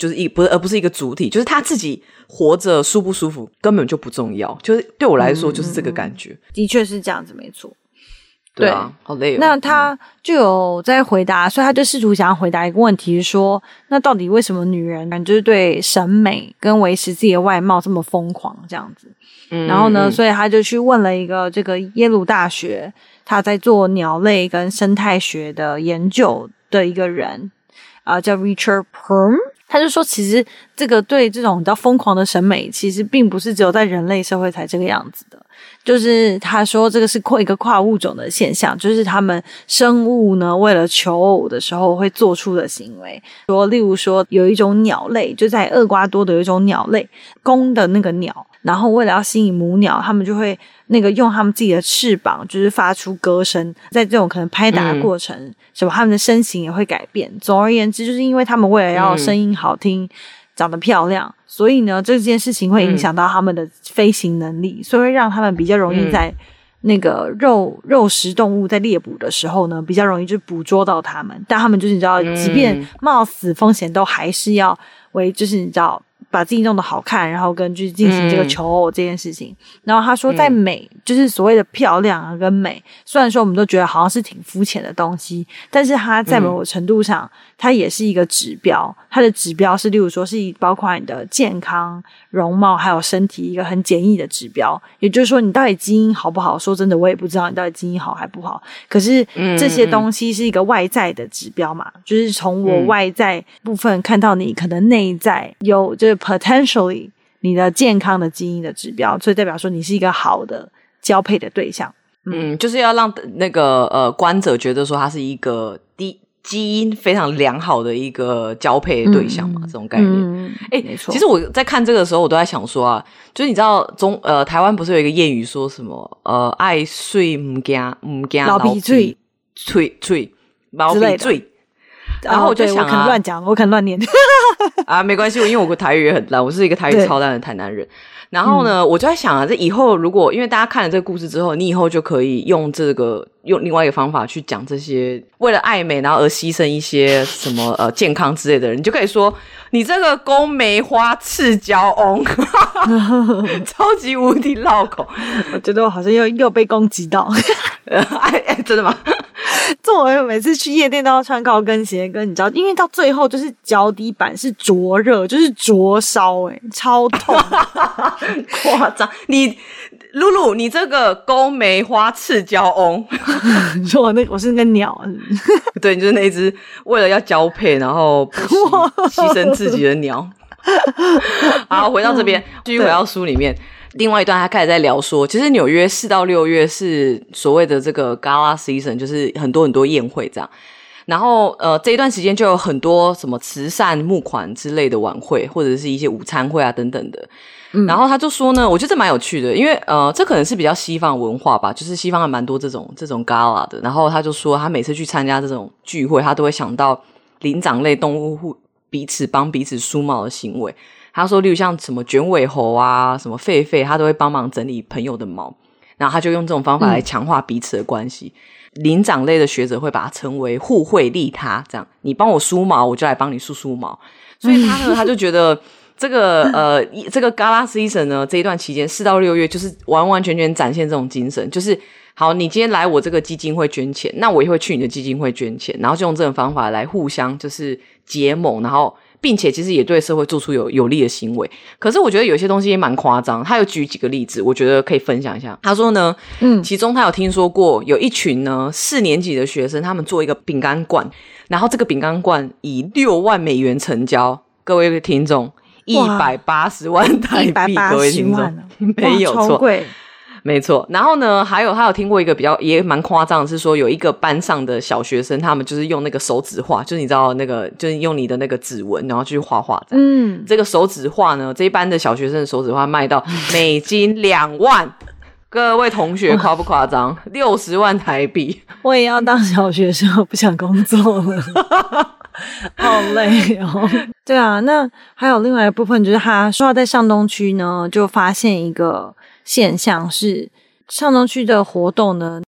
就是一不是而不是一个主体，就是他自己活着舒不舒服根本就不重要，就是对我来说就是这个感觉。嗯嗯的确是这样子，没错。 对啊，好累哦。 那他就有在回答，所以他就试图想要回答一个问题，是说那到底为什么女人就是对审美跟维持自己的外貌这么疯狂这样子？嗯、然后呢，嗯、所以他就去问了一个这个耶鲁大学他在做鸟类跟生态学的研究的一个人啊、呃，叫 Richard Perm。他就说其实这个对这种比较疯狂的审美其实并不是只有在人类社会才这个样子的，就是他说这个是一个跨物种的现象，就是他们生物呢为了求偶的时候会做出的行为。说例如说有一种鸟类，就在厄瓜多的有一种鸟类，公的那个鸟，然后为了要吸引母鸟，他们就会那个用他们自己的翅膀就是发出歌声，在这种可能拍打的过程、嗯、什么他们的身形也会改变。总而言之，就是因为他们为了要声音好听、嗯、长得漂亮，所以呢这件事情会影响到他们的飞行能力、嗯、所以会让他们比较容易在那个肉肉食动物在猎捕的时候呢比较容易就捕捉到他们，但他们就是你知道即便冒死风险都还是要为就是你知道把自己弄得好看，然后跟去进行这个求偶这件事情、嗯、然后他说在美、嗯、就是所谓的漂亮啊跟美，虽然说我们都觉得好像是挺肤浅的东西，但是它在某个程度上、嗯、它也是一个指标，它的指标是例如说是包括你的健康容貌还有身体一个很简易的指标，也就是说你到底基因好不好，说真的我也不知道你到底基因好还不好，可是这些东西是一个外在的指标嘛、嗯、就是从我外在部分看到你可能内在有就是potentially 你的健康的基因的指标，所以代表说你是一个好的交配的对象。 嗯, 嗯就是要让那个呃观者觉得说他是一个低基因非常良好的一个交配对象嘛、嗯、这种概念。嗯，哎、欸，其实我在看这个的时候我都在想说啊，就是你知道中呃台湾不是有一个谚语说什么呃爱水唔惊唔惊老皮嘴嘴嘴老皮嘴，然后我就想、啊哦、 我可能乱讲，我可能乱念啊，没关系，因为我台语也很烂，我是一个台语超烂的台南人。然后呢、嗯、我就在想啊，这以后如果因为大家看了这个故事之后，你以后就可以用这个用另外一个方法去讲这些为了爱美然后而牺牲一些什么呃健康之类的人，你就可以说你这个宫梅花赤交翁超级无敌绕口。 我觉得我好像又又被攻击到哎哎，真的吗？ 作为每次去夜店都要穿高跟鞋跟你知道，因为到最后就是脚底板是灼热，就是灼烧欸，超痛夸张。你露露你这个宫梅花赤交翁你说我那我是那个鸟对，你就是那一只为了要交配然后不惜牺牲自己的鸟好，回到这边继续回到书里面，另外一段他开始在聊说，其实纽约四到六月是所谓的这个 Gala Season， 就是很多很多宴会这样。然后呃这一段时间就有很多什么慈善募款之类的晚会，或者是一些午餐会啊等等的。嗯、然后他就说呢，我觉得这蛮有趣的，因为呃这可能是比较西方文化吧，就是西方还蛮多这种这种 Gala 的。然后他就说他每次去参加这种聚会，他都会想到灵长类动物互彼此帮彼此梳毛的行为。他说例如像什么卷尾猴啊什么狒狒，他都会帮忙整理朋友的毛，然后他就用这种方法来强化彼此的关系。嗯、灵长类的学者会把它称为互惠利他，这样你帮我梳毛我就来帮你梳梳毛。所以他呢他就觉得这个呃这个 Gala Season 呢这一段期间四到六月就是完完全全展现这种精神，就是好你今天来我这个基金会捐钱，那我也会去你的基金会捐钱，然后就用这种方法来互相就是结盟，然后并且其实也对社会做出有有利的行为。可是我觉得有些东西也蛮夸张，他有举几个例子我觉得可以分享一下。他说呢嗯，其中他有听说过有一群呢四年级的学生，他们做一个饼干罐，然后这个饼干罐以六万美元成交，各位听众一百八十万台币，各位听众没有错，超贵，没错。然后呢还有他有听过一个比较也蛮夸张的是说，有一个班上的小学生，他们就是用那个手指画，就是你知道那个就是用你的那个指纹然后去画画。嗯，这个手指画呢，这一班的小学生的手指画卖到美金两万各位同学夸不夸张？六十万台币。 我也要当小学生，我不想工作了好累哦。对啊，那还有另外一部分就是他说他在上东区呢就发现一个现象，是上东区的活动呢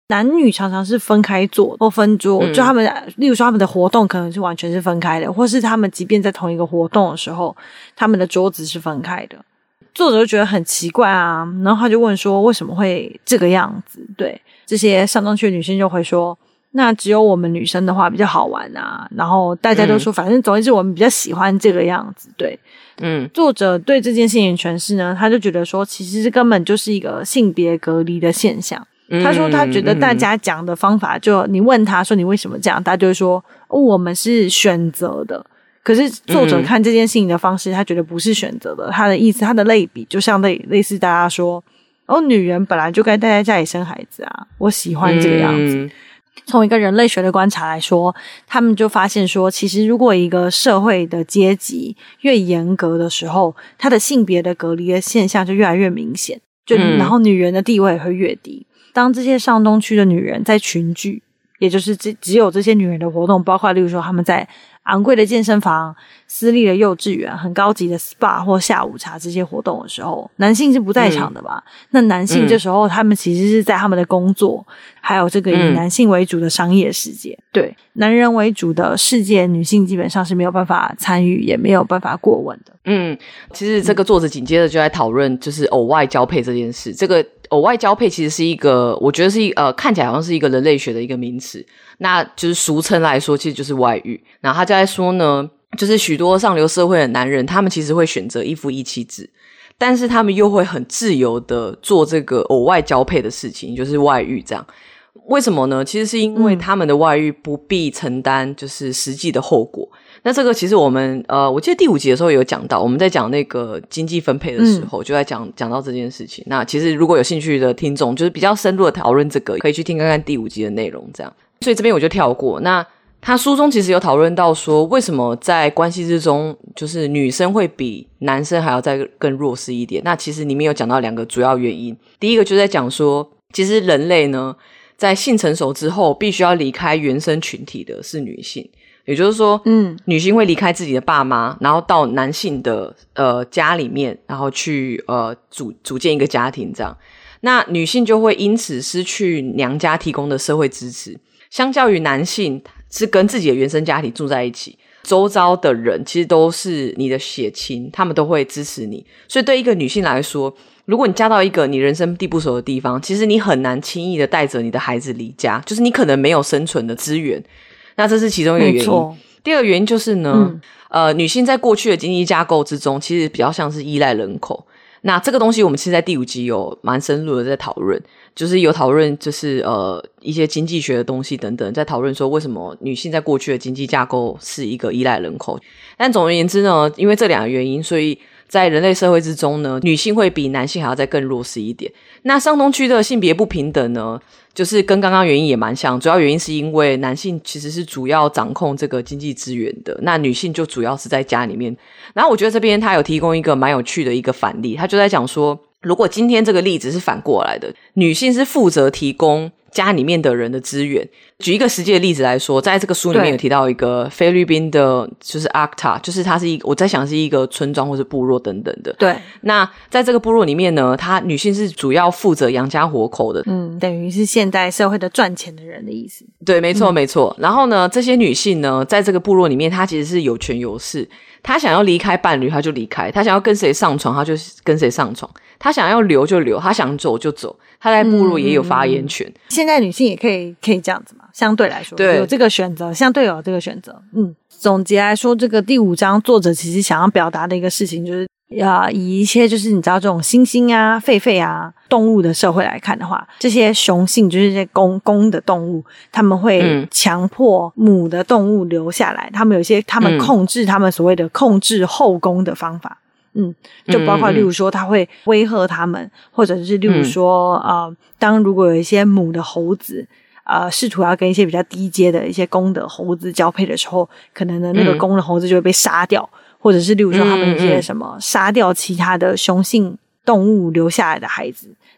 男女常常是分开坐或分桌，嗯、就他们例如说他们的活动可能是完全是分开的，或是他们即便在同一个活动的时候，他们的桌子是分开的。作者就觉得很奇怪啊，然后他就问说为什么会这个样子。对，这些上东区的女生就会说，那只有我们女生的话比较好玩啊，然后大家都说反正总之我们比较喜欢这个样子。对，嗯，作者对这件事情的诠释呢，他就觉得说其实这根本就是一个性别隔离的现象。他说他觉得大家讲的方法，就你问他说你为什么这样，他就会说、哦、我们是选择的。可是作者看这件事情的方式，他觉得不是选择的。他的意思，他的类比就像类类似大家说，哦，女人本来就该待在家里生孩子啊，我喜欢这个样子。嗯、从一个人类学的观察来说，他们就发现说，其实如果一个社会的阶级越严格的时候，它的性别的隔离的现象就越来越明显，就、嗯、然后女人的地位也会越低。当这些上东区的女人在群聚，也就是只只有这些女人的活动，包括例如说他们在昂贵的健身房、私立的幼稚园、很高级的 S P A 或下午茶这些活动的时候，男性是不在场的吧、嗯、那男性这时候他们其实是在他们的工作、嗯、还有这个以男性为主的商业世界、嗯、对，男人为主的世界，女性基本上是没有办法参与也没有办法过问的。 嗯，其实这个作者紧接着就在讨论就是偶外交配这件事。这个偶外交配其实是一个，我觉得是一呃看起来好像是一个人类学的一个名词，那就是俗称来说其实就是外遇。然后他就在说呢，就是许多上流社会的男人，他们其实会选择一夫一妻制，但是他们又会很自由的做这个偶外交配的事情，就是外遇这样。为什么呢？其实是因为他们的外遇不必承担就是实际的后果。嗯，那这个其实我们呃，我记得第五集的时候有讲到，我们在讲那个经济分配的时候，就在讲讲到这件事情。那其实如果有兴趣的听众，就是比较深入的讨论这个，可以去听看看第五集的内容，这样。所以这边我就跳过。那他书中其实有讨论到说，为什么在关系之中，就是女生会比男生还要再更弱势一点。那其实里面有讲到两个主要原因，第一个就在讲说，其实人类呢，在性成熟之后，必须要离开原生群体的是女性。也就是说，嗯，女性会离开自己的爸妈，然后到男性的呃家里面，然后去呃组组建一个家庭这样。那女性就会因此失去娘家提供的社会支持，相较于男性是跟自己的原生家庭住在一起，周遭的人其实都是你的血亲，他们都会支持你。所以对一个女性来说，如果你嫁到一个你人生地不熟的地方，其实你很难轻易的带着你的孩子离家，就是你可能没有生存的资源。那这是其中一个原因。第二个原因就是呢、嗯、呃，女性在过去的经济架构之中其实比较像是依赖人口。那这个东西我们其实在第五集有蛮深入的在讨论，就是有讨论就是呃一些经济学的东西等等，在讨论说为什么女性在过去的经济架构是一个依赖人口。但总而言之呢，因为这两个原因，所以在人类社会之中呢，女性会比男性还要再更弱势一点。那上东区的性别不平等呢，就是跟刚刚原因也蛮像，主要原因是因为男性其实是主要掌控这个经济资源的，那女性就主要是在家里面。然后我觉得这边他有提供一个蛮有趣的一个反例，他就在讲说，如果今天这个例子是反过来的，女性是负责提供家里面的人的资源。举一个实际的例子来说，在这个书里面有提到一个菲律宾的就是 A C T A， 就是它是一个我在想是一个村庄或是部落等等的。 对， 那在这个部落里面呢，她女性是主要负责养家活口的， 嗯，等于是现代社会的赚钱的人的意思。 对，没错、嗯、没错。然后呢，这些女性呢，在这个部落里面，她其实是有权有势，她想要离开伴侣她就离开，她想要跟谁上床她就跟谁上床，她想要留就留，她想走就走，她在部落也有发言权。 嗯、现在女性也可以可以这样子嘛，相对来说对有这个选择，相对有这个选择。嗯，总结来说，这个第五章作者其实想要表达的一个事情，就是要以一些就是你知道这种猩猩啊、狒狒啊动物的社会来看的话，这些雄性就是这些公公的动物，他们会强迫母的动物留下来，他们有一些他们控制他们所谓的控制后宫的方法。嗯，就包括例如说他会威吓他们，或者是例如说呃，当如果有一些母的猴子呃，试图要跟一些比较低阶的一些公的猴子交配的时候，可能呢那个公的猴子就会被杀掉、嗯、或者是例如说他们一些什么杀掉其他的雄性动物留下来的孩子，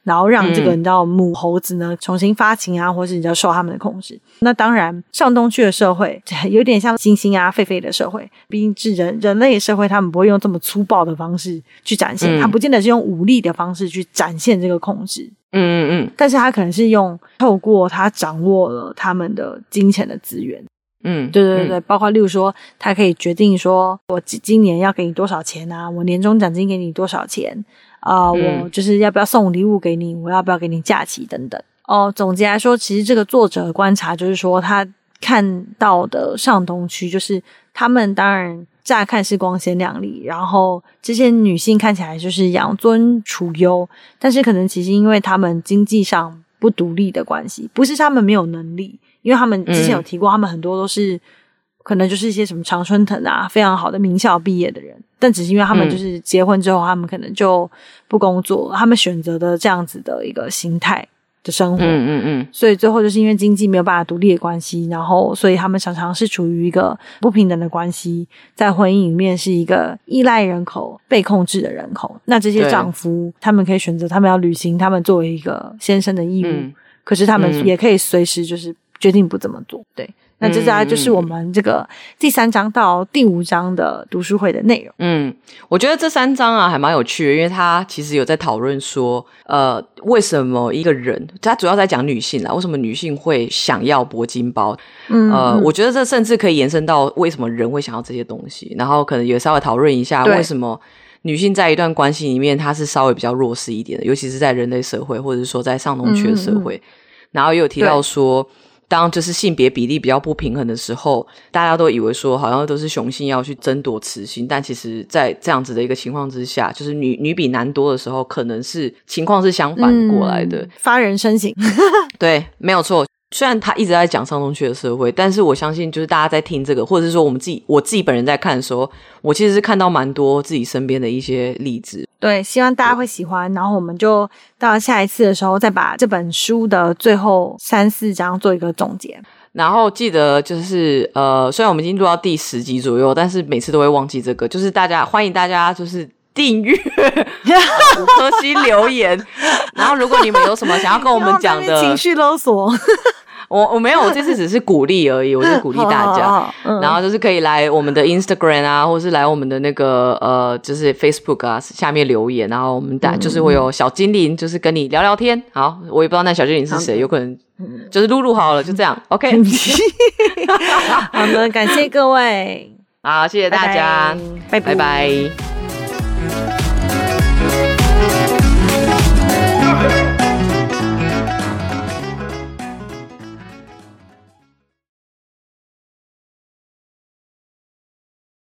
然后让这个你知道母猴子呢重新发情啊，或是你知道受他们的控制。那当然上东区的社会有点像猩猩啊狒狒的社会，毕竟是人人类的社会，他们不会用这么粗暴的方式去展现，他、嗯、不见得是用武力的方式去展现这个控制， 嗯嗯嗯， 但是他可能是用透过他掌握了他们的金钱的资源， 嗯， 对对对、嗯、包括例如说他可以决定说我今年要给你多少钱啊，我年终奖金给你多少钱啊、呃嗯，我就是要不要送礼物给你，我要不要给你假期等等。哦，总结来说，其实这个作者的观察就是说，他看到的上东区就是他们当然乍看是光鲜亮丽，然后这些女性看起来就是养尊处优，但是可能其实因为他们经济上不独立的关系，不是他们没有能力，因为他们之前有提过、嗯、他们很多都是可能就是一些什么常春藤啊非常好的名校毕业的人，但只是因为他们就是结婚之后、嗯、他们可能就不工作，他们选择的这样子的一个形态的生活， 嗯嗯嗯， 所以最后就是因为经济没有办法独立的关系，然后所以他们常常是处于一个不平等的关系，在婚姻里面是一个依赖人口被控制的人口，那这些丈夫他们可以选择他们要履行他们作为一个先生的义务、嗯、可是他们也可以随时就是决定不这么做，对，那这大概就是我们这个第三章到第五章的读书会的内容。 嗯，我觉得这三章啊还蛮有趣的，因为他其实有在讨论说呃，为什么一个人，他主要在讲女性啦，为什么女性会想要铂金包，嗯，呃，我觉得这甚至可以延伸到为什么人会想要这些东西，然后可能也稍微讨论一下为什么女性在一段关系里面她是稍微比较弱势一点的，尤其是在人类社会或者是说在上东区的社会、嗯、然后也有提到说当就是性别比例比较不平衡的时候，大家都以为说好像都是雄性要去争夺雌性，但其实在这样子的一个情况之下，就是女女比男多的时候，可能是情况是相反过来的、嗯、 发人深省对，没有错。虽然他一直在讲上东区的社会，但是我相信就是大家在听这个，或者是说我们自己我自己本人在看的时候，我其实是看到蛮多自己身边的一些例子。 对，希望大家会喜欢，然后我们就到下一次的时候再把这本书的最后三四章做一个总结。 然后记得就是呃，虽然我们已经录到第十集左右，但是每次都会忘记这个，就是大家欢迎大家就是订阅五颗星留言，然后如果你们有什么想要跟我们讲的情绪勒索我我没有，我这次只是鼓励而已，我就鼓励大家好好好、嗯、然后就是可以来我们的 Instagram 啊，或是来我们的那个呃就是 Facebook 啊下面留言，然后我们大就是会有小精灵就是跟你聊聊天。好，我也不知道那小精灵是谁，有可能就是露露好了，就这样 OK 好的，感谢各位， 好，谢谢大家， 拜拜拜拜。